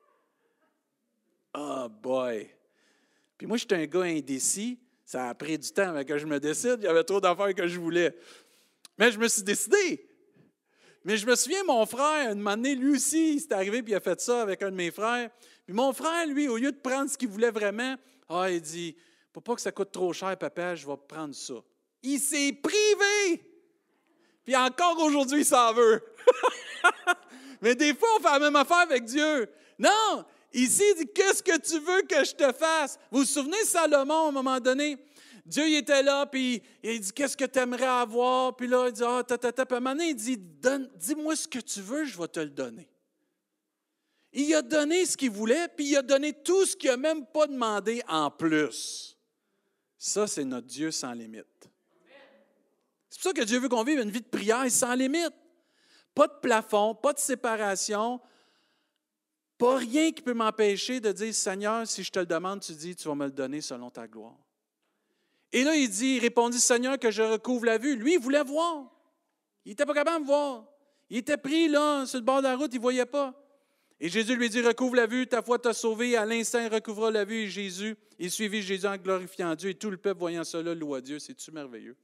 Oh boy! Puis moi, j'étais un gars indécis, ça a pris du temps avant que je me décide, il y avait trop d'affaires que je voulais. Mais je me suis décidé. Mais je me souviens, mon frère, un moment donné, lui aussi, il s'est arrivé puis il a fait ça avec un de mes frères. Puis mon frère, lui, au lieu de prendre ce qu'il voulait vraiment, ah, il dit, « Pour pas que ça coûte trop cher, papa, je vais prendre ça. » Il s'est privé! Puis encore aujourd'hui, il s'en veut. Mais des fois, on fait la même affaire avec Dieu. Non! Ici, il dit, « Qu'est-ce que tu veux que je te fasse? » Vous vous souvenez, Salomon, à un moment donné, Dieu il était là, puis il dit, « Qu'est-ce que tu aimerais avoir? » Puis là, il dit, « Ah, ta, ta, ta. » Puis à un moment donné, il dit, « Dis-moi ce que tu veux, je vais te le donner. » Il a donné ce qu'il voulait, puis il a donné tout ce qu'il n'a même pas demandé en plus. Ça, c'est notre Dieu sans limite. C'est pour ça que Dieu veut qu'on vive une vie de prière sans limite. Pas de plafond, pas de séparation, pas rien qui peut m'empêcher de dire, « Seigneur, si je te le demande, tu dis, tu vas me le donner selon ta gloire. » Et là, il dit, il répondit, « Seigneur, que je recouvre la vue. » Lui, il voulait voir. Il n'était pas capable de voir. Il était pris là, sur le bord de la route, il ne voyait pas. Et Jésus lui dit, « Recouvre la vue, ta foi t'a sauvé. » À l'instant, il recouvra la vue et Jésus, il suivit Jésus en glorifiant Dieu. Et tout le peuple, voyant cela, loua Dieu. C'est-tu merveilleux?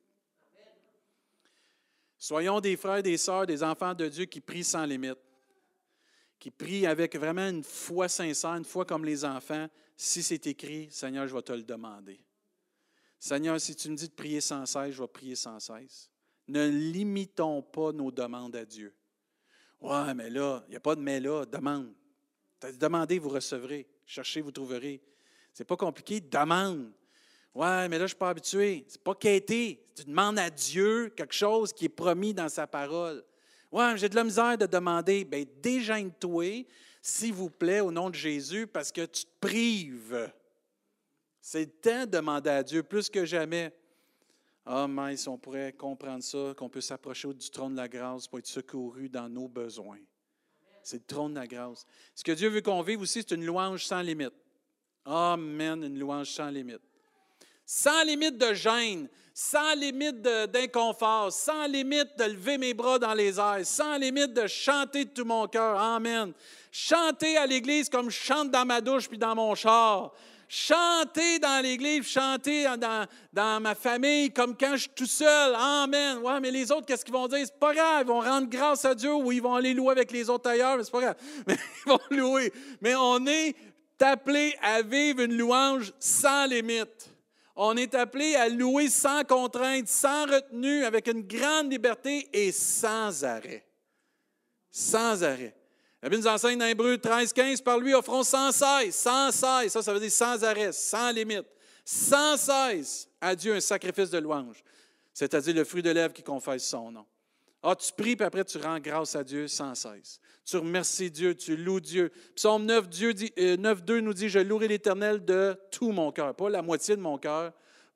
Soyons des frères et des sœurs, des enfants de Dieu qui prient sans limite, qui prient avec vraiment une foi sincère, une foi comme les enfants. Si c'est écrit, Seigneur, je vais te le demander. Seigneur, si tu me dis de prier sans cesse, je vais prier sans cesse. Ne limitons pas nos demandes à Dieu. Ouais, mais là, il n'y a pas de mais là, demande. Demandez, vous recevrez. Cherchez, vous trouverez. C'est pas compliqué, demande. Ouais, mais là, je ne suis pas habitué. C'est pas quêter. Tu demandes à Dieu quelque chose qui est promis dans sa parole. Ouais, mais j'ai de la misère de demander. Bien, dégêne-toi, s'il vous plaît, au nom de Jésus, parce que tu te prives. C'est le temps de demander à Dieu plus que jamais. Ah, mais si on pourrait comprendre ça, qu'on peut s'approcher du trône de la grâce pour être secouru dans nos besoins. C'est le trône de la grâce. Ce que Dieu veut qu'on vive aussi, c'est une louange sans limite. Amen, une louange sans limite. Sans limite de gêne, sans limite de, d'inconfort, sans limite de lever mes bras dans les airs, sans limite de chanter de tout mon cœur. Amen. Chanter à l'église comme je chante dans ma douche puis dans mon char. Chanter dans l'église, chanter dans, dans ma famille comme quand je suis tout seul. Amen. Ouais, mais les autres, qu'est-ce qu'ils vont dire? C'est pas grave. Ils vont rendre grâce à Dieu ou ils vont aller louer avec les autres ailleurs, mais c'est pas grave. Mais ils vont louer. Mais on est appelé à vivre une louange sans limite. On est appelé à louer sans contrainte, sans retenue, avec une grande liberté et sans arrêt. Sans arrêt. La Bible nous enseigne dans Hébreux treize, quinze, par lui offrons sans cesse, sans cesse, ça, ça veut dire sans arrêt, sans limite, sans cesse à Dieu un sacrifice de louange, c'est-à-dire le fruit de lèvres qui confesse son nom. Ah, tu pries, puis après tu rends grâce à Dieu sans cesse. Tu remercies Dieu, tu loues Dieu. Psaume neuf, Dieu dit, euh, neuf deux nous dit, « Je louerai l'Éternel de tout mon cœur. » Pas la moitié de mon cœur,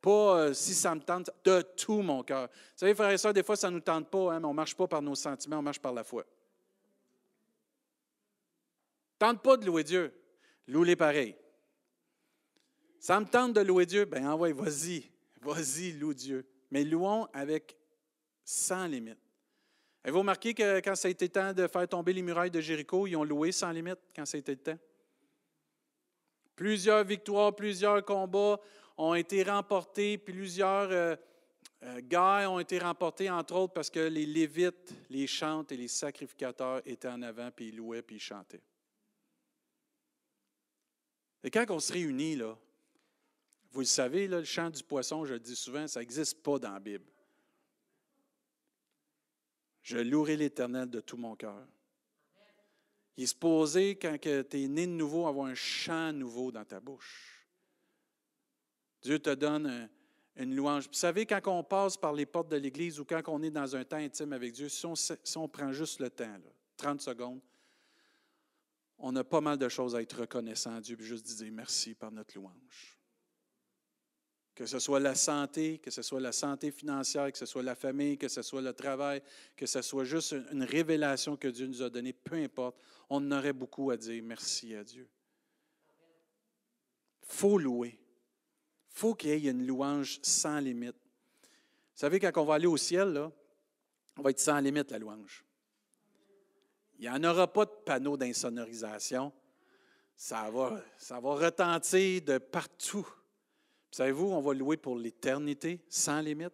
Pas euh, si ça me tente, de tout mon cœur. Vous savez, frères et sœurs, des fois, ça ne nous tente pas, hein, mais on ne marche pas par nos sentiments, on marche par la foi. Tente pas de louer Dieu. Loue-les pareil. Ça me tente de louer Dieu, bien envoie, vas-y. Vas-y, loue Dieu. Mais louons avec sans limite. Avez-vous remarqué que quand ça a été temps de faire tomber les murailles de Jéricho, ils ont loué sans limite quand ça a été le temps? Plusieurs victoires, plusieurs combats ont été remportés, plusieurs euh, euh, guerres ont été remportées, entre autres parce que les Lévites, les chantres et les sacrificateurs étaient en avant, puis ils louaient, puis ils chantaient. Et quand on se réunit, là, vous le savez, là, le chant du poisson, je le dis souvent, ça n'existe pas dans la Bible. Je louerai l'Éternel de tout mon cœur. Il est supposé, quand tu es né de nouveau, avoir un chant nouveau dans ta bouche. Dieu te donne un, une louange. Vous savez, quand on passe par les portes de l'Église ou quand on est dans un temps intime avec Dieu, si on, si on prend juste le temps, là, trente secondes, on a pas mal de choses à être reconnaissant à Dieu et juste dire merci par notre louange. Que ce soit la santé, que ce soit la santé financière, que ce soit la famille, que ce soit le travail, que ce soit juste une révélation que Dieu nous a donnée, peu importe, on en aurait beaucoup à dire merci à Dieu. Il faut louer. Il faut qu'il y ait une louange sans limite. Vous savez, quand on va aller au ciel, là, on va être sans limite, la louange. Il n'y en aura pas de panneau d'insonorisation. Ça va, ça va retentir de partout. Savez-vous, on va louer pour l'éternité, sans limite.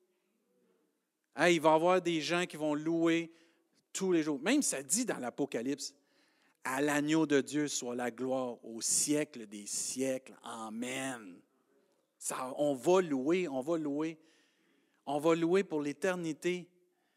Hey, il va y avoir des gens qui vont louer tous les jours. Même ça dit dans l'Apocalypse, à l'agneau de Dieu soit la gloire au siècle des siècles. Amen. Ça, on va louer, on va louer. On va louer pour l'éternité.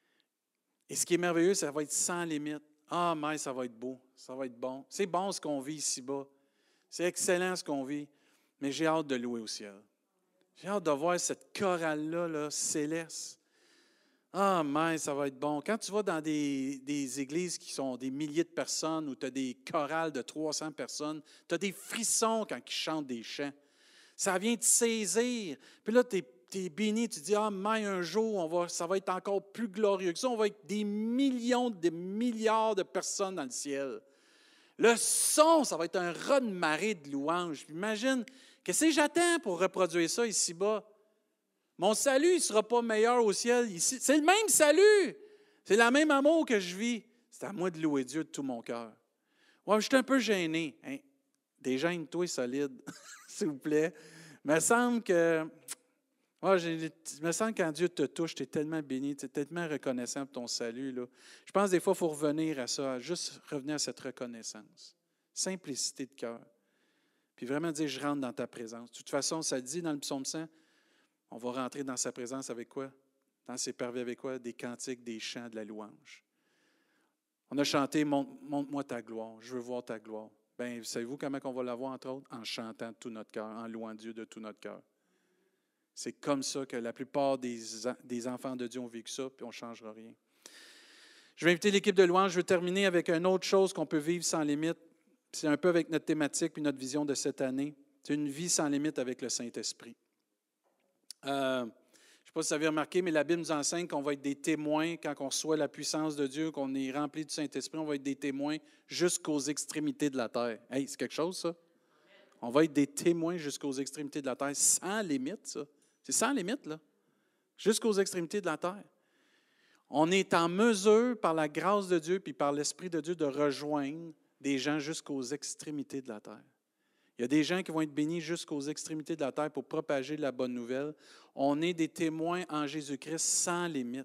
Et ce qui est merveilleux, ça va être sans limite. Ah, mais ça va être beau, ça va être bon. C'est bon ce qu'on vit ici-bas. C'est excellent ce qu'on vit. Mais j'ai hâte de louer au ciel. J'ai hâte de voir cette chorale-là, là, céleste. Ah, mais ça va être bon. Quand tu vas dans des, des églises qui sont des milliers de personnes, où tu as des chorales de trois cents personnes, tu as des frissons quand ils chantent des chants. Ça vient te saisir. Puis là, tu es, tu es béni, tu dis, ah, mais un jour, on va, ça va être encore plus glorieux que ça. On va être des millions, des milliards de personnes dans le ciel. Le son, ça va être un raz-de-marée de louanges. Imagine, qu'est-ce que j'attends pour reproduire ça ici-bas? Mon salut ne sera pas meilleur au ciel ici. C'est le même salut. C'est le même amour que je vis. C'est à moi de louer Dieu de tout mon cœur. Ouais, je suis un peu gêné. Hein? Dégêne-toi solide, s'il vous plaît. Il me semble que... Ouais, j'ai, il me semble que quand Dieu te touche, tu es tellement béni, tu es tellement reconnaissant pour ton salut. Là. Je pense que des fois, il faut revenir à ça, juste revenir à cette reconnaissance. Simplicité de cœur. Puis vraiment dire, je rentre dans ta présence. De toute façon, ça dit dans le psaume cent, on va rentrer dans sa présence avec quoi? Dans ses parvis avec quoi? Des cantiques, des chants, de la louange. On a chanté, montre-moi ta gloire, je veux voir ta gloire. Bien, savez-vous comment on va la voir, entre autres? En chantant de tout notre cœur, en louant Dieu de tout notre cœur. C'est comme ça que la plupart des, des enfants de Dieu ont vécu ça, puis on ne changera rien. Je vais inviter l'équipe de louange. Je vais terminer avec une autre chose qu'on peut vivre sans limite. C'est un peu avec notre thématique puis notre vision de cette année. C'est une vie sans limite avec le Saint-Esprit. Euh, je ne sais pas si vous avez remarqué, mais la Bible nous enseigne qu'on va être des témoins quand on reçoit la puissance de Dieu, qu'on est rempli du Saint-Esprit, on va être des témoins jusqu'aux extrémités de la terre. Hey, c'est quelque chose, ça? On va être des témoins jusqu'aux extrémités de la terre, sans limite, ça. C'est sans limite, là. Jusqu'aux extrémités de la terre. On est en mesure, par la grâce de Dieu puis par l'Esprit de Dieu, de rejoindre des gens jusqu'aux extrémités de la terre. Il y a des gens qui vont être bénis jusqu'aux extrémités de la terre pour propager la bonne nouvelle. On est des témoins en Jésus-Christ sans limite.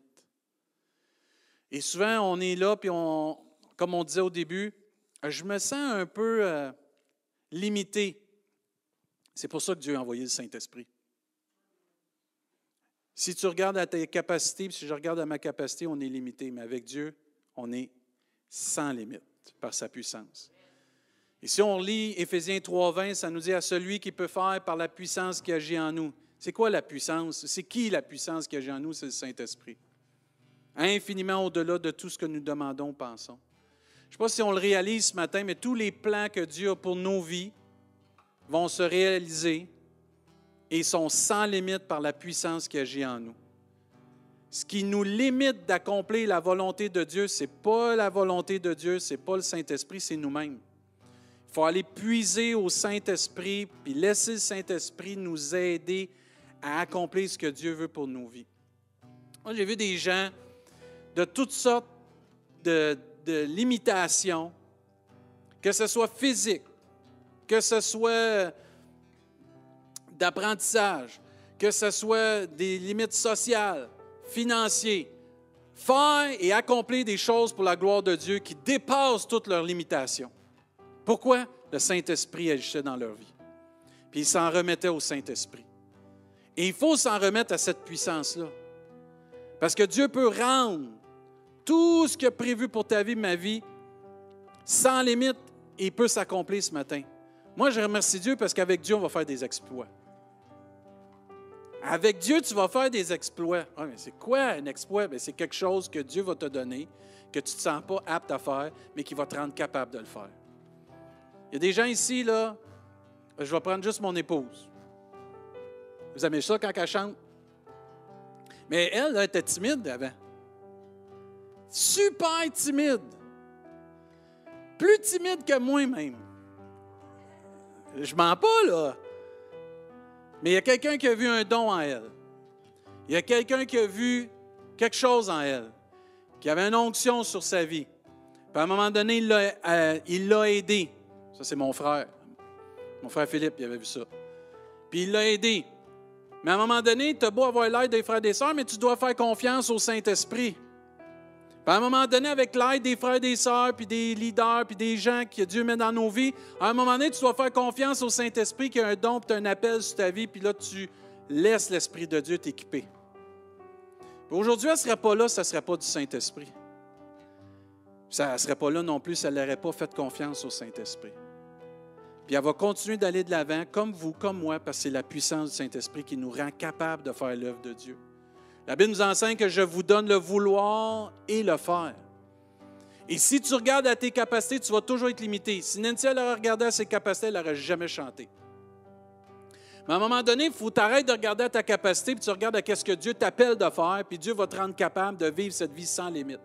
Et souvent, on est là, puis on, comme on disait au début, je me sens un peu euh, limité. C'est pour ça que Dieu a envoyé le Saint-Esprit. Si tu regardes à tes capacités, puis si je regarde à ma capacité, on est limité. Mais avec Dieu, on est sans limite par sa puissance. Et si on lit Éphésiens trois vingt, ça nous dit à celui qui peut faire par la puissance qui agit en nous. C'est quoi la puissance? C'est qui la puissance qui agit en nous? C'est le Saint-Esprit. Infiniment au-delà de tout ce que nous demandons, pensons. Je ne sais pas si on le réalise ce matin, mais tous les plans que Dieu a pour nos vies vont se réaliser et sont sans limite par la puissance qui agit en nous. Ce qui nous limite d'accomplir la volonté de Dieu, ce n'est pas la volonté de Dieu, ce n'est pas le Saint-Esprit, c'est nous-mêmes. Il faut aller puiser au Saint-Esprit puis laisser le Saint-Esprit nous aider à accomplir ce que Dieu veut pour nos vies. Moi, j'ai vu des gens de toutes sortes de, de limitations, que ce soit physique, que ce soit d'apprentissage, que ce soit des limites sociales, financières, faire et accomplir des choses pour la gloire de Dieu qui dépassent toutes leurs limitations. Pourquoi? Le Saint-Esprit agissait dans leur vie. Puis ils s'en remettaient au Saint-Esprit. Et il faut s'en remettre à cette puissance-là. Parce que Dieu peut rendre tout ce qu'il a prévu pour ta vie, ma vie, sans limite, et il peut s'accomplir ce matin. Moi, je remercie Dieu parce qu'avec Dieu, on va faire des exploits. Avec Dieu, tu vas faire des exploits. Ah, mais c'est quoi un exploit? Bien, c'est quelque chose que Dieu va te donner, que tu ne te sens pas apte à faire, mais qui va te rendre capable de le faire. Il y a des gens ici, là, je vais prendre juste mon épouse. Vous aimez ça quand elle chante? Mais elle, là, elle était timide avant. Super timide. Plus timide que moi-même. Je mens pas, là. Mais il y a quelqu'un qui a vu un don en elle. Il y a quelqu'un qui a vu quelque chose en elle, qui avait une onction sur sa vie. Puis à un moment donné, il l'a, euh, il l'a aidé. Ça, c'est mon frère. Mon frère Philippe, il avait vu ça. Puis il l'a aidé. Mais à un moment donné, tu as beau avoir l'aide des frères et des sœurs, mais tu dois faire confiance au Saint-Esprit. Puis à un moment donné, avec l'aide des frères et des sœurs, puis des leaders, puis des gens que Dieu met dans nos vies, à un moment donné, tu dois faire confiance au Saint-Esprit qui a un don, puis tu as un appel sur ta vie, puis là, tu laisses l'Esprit de Dieu t'équiper. Puis aujourd'hui, elle ne serait pas là, ça ne serait pas du Saint-Esprit. Ça ne serait pas là non plus, ça ne l'aurait pas fait confiance au Saint-Esprit. Puis elle va continuer d'aller de l'avant, comme vous, comme moi, parce que c'est la puissance du Saint-Esprit qui nous rend capables de faire l'œuvre de Dieu. La Bible nous enseigne que je vous donne le vouloir et le faire. Et si tu regardes à tes capacités, tu vas toujours être limité. Si Nancy elle aurait regardé à ses capacités, elle n'aurait jamais chanté. Mais à un moment donné, il faut t'arrêter de regarder à ta capacité, puis tu regardes à ce que Dieu t'appelle de faire, puis Dieu va te rendre capable de vivre cette vie sans limite.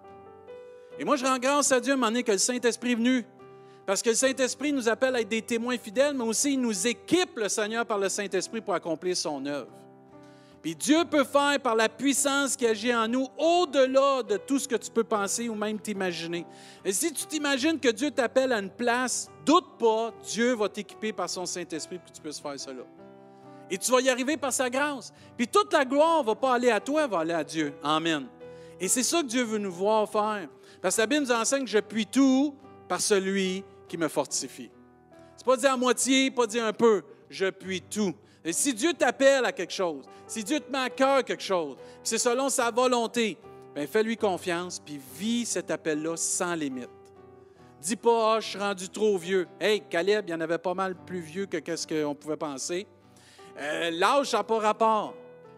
Et moi, je rends grâce à Dieu à un moment donné que le Saint-Esprit est venu. Parce que le Saint-Esprit nous appelle à être des témoins fidèles, mais aussi il nous équipe, le Seigneur, par le Saint-Esprit pour accomplir son œuvre. Puis Dieu peut faire par la puissance qui agit en nous au-delà de tout ce que tu peux penser ou même t'imaginer. Et si tu t'imagines que Dieu t'appelle à une place, doute pas, Dieu va t'équiper par son Saint-Esprit pour que tu puisses faire cela. Et tu vas y arriver par sa grâce. Puis toute la gloire ne va pas aller à toi, elle va aller à Dieu. Amen. Et c'est ça que Dieu veut nous voir faire. Parce que la Bible nous enseigne que je puis tout par celui qui me fortifie. C'est pas dire à moitié, pas dire un peu. Je puis tout. Et si Dieu t'appelle à quelque chose, si Dieu te met à cœur quelque chose, c'est selon sa volonté, bien fais-lui confiance, puis vis cet appel-là sans limite. Dis pas, ah, je suis rendu trop vieux. Hey, Caleb, il y en avait pas mal plus vieux que ce qu'on pouvait penser. Euh, l'âge, ça n'a pas rapport.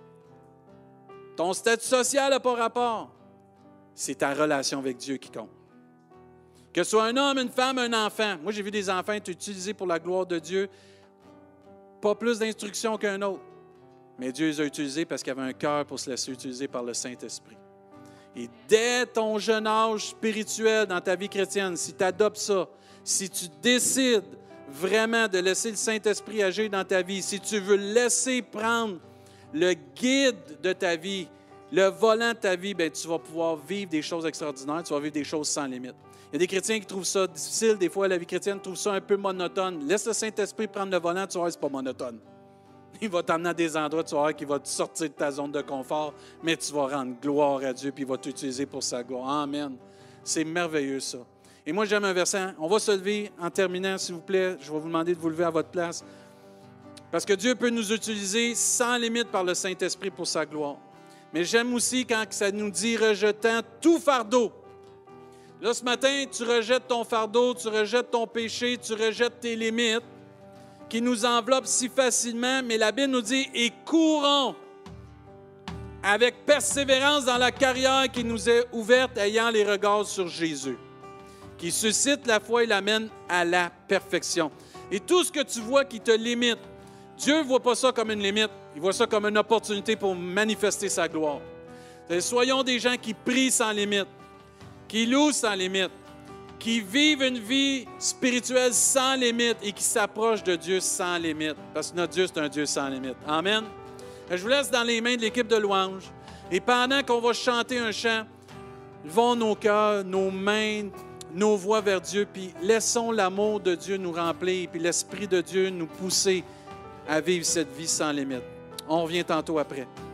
Ton statut social n'a pas rapport. C'est ta relation avec Dieu qui compte. Que ce soit un homme, une femme, un enfant. Moi, j'ai vu des enfants être utilisés pour la gloire de Dieu. Pas plus d'instructions qu'un autre. Mais Dieu les a utilisés parce qu'il y avait un cœur pour se laisser utiliser par le Saint-Esprit. Et dès ton jeune âge spirituel dans ta vie chrétienne, si tu adoptes ça, si tu décides vraiment de laisser le Saint-Esprit agir dans ta vie, si tu veux laisser prendre le guide de ta vie, le volant de ta vie, bien, tu vas pouvoir vivre des choses extraordinaires, tu vas vivre des choses sans limite. Il y a des chrétiens qui trouvent ça difficile, des fois la vie chrétienne trouve ça un peu monotone. Laisse le Saint-Esprit prendre le volant, tu vas voir, c'est pas monotone. Il va t'emmener à des endroits, tu vas voir qu'il va te sortir de ta zone de confort, mais tu vas rendre gloire à Dieu, puis il va t'utiliser pour sa gloire. Amen. C'est merveilleux ça. Et moi, j'aime un verset. On va se lever en terminant, s'il vous plaît. Je vais vous demander de vous lever à votre place. Parce que Dieu peut nous utiliser sans limite par le Saint-Esprit pour sa gloire. Mais j'aime aussi quand ça nous dit « rejetant tout fardeau ». Là, ce matin, tu rejettes ton fardeau, tu rejettes ton péché, tu rejettes tes limites qui nous enveloppent si facilement, mais la Bible nous dit « et courons avec persévérance dans la carrière qui nous est ouverte, ayant les regards sur Jésus, qui suscite la foi et l'amène à la perfection. » Et tout ce que tu vois qui te limite, Dieu ne voit pas ça comme une limite. Il voit ça comme une opportunité pour manifester sa gloire. Soyons des gens qui prient sans limite, qui louent sans limite, qui vivent une vie spirituelle sans limite et qui s'approchent de Dieu sans limite. Parce que notre Dieu, c'est un Dieu sans limite. Amen. Je vous laisse dans les mains de l'équipe de louange. Et pendant qu'on va chanter un chant, levons nos cœurs, nos mains, nos voix vers Dieu, puis laissons l'amour de Dieu nous remplir, puis l'Esprit de Dieu nous pousser à vivre cette vie sans limite. On revient tantôt après.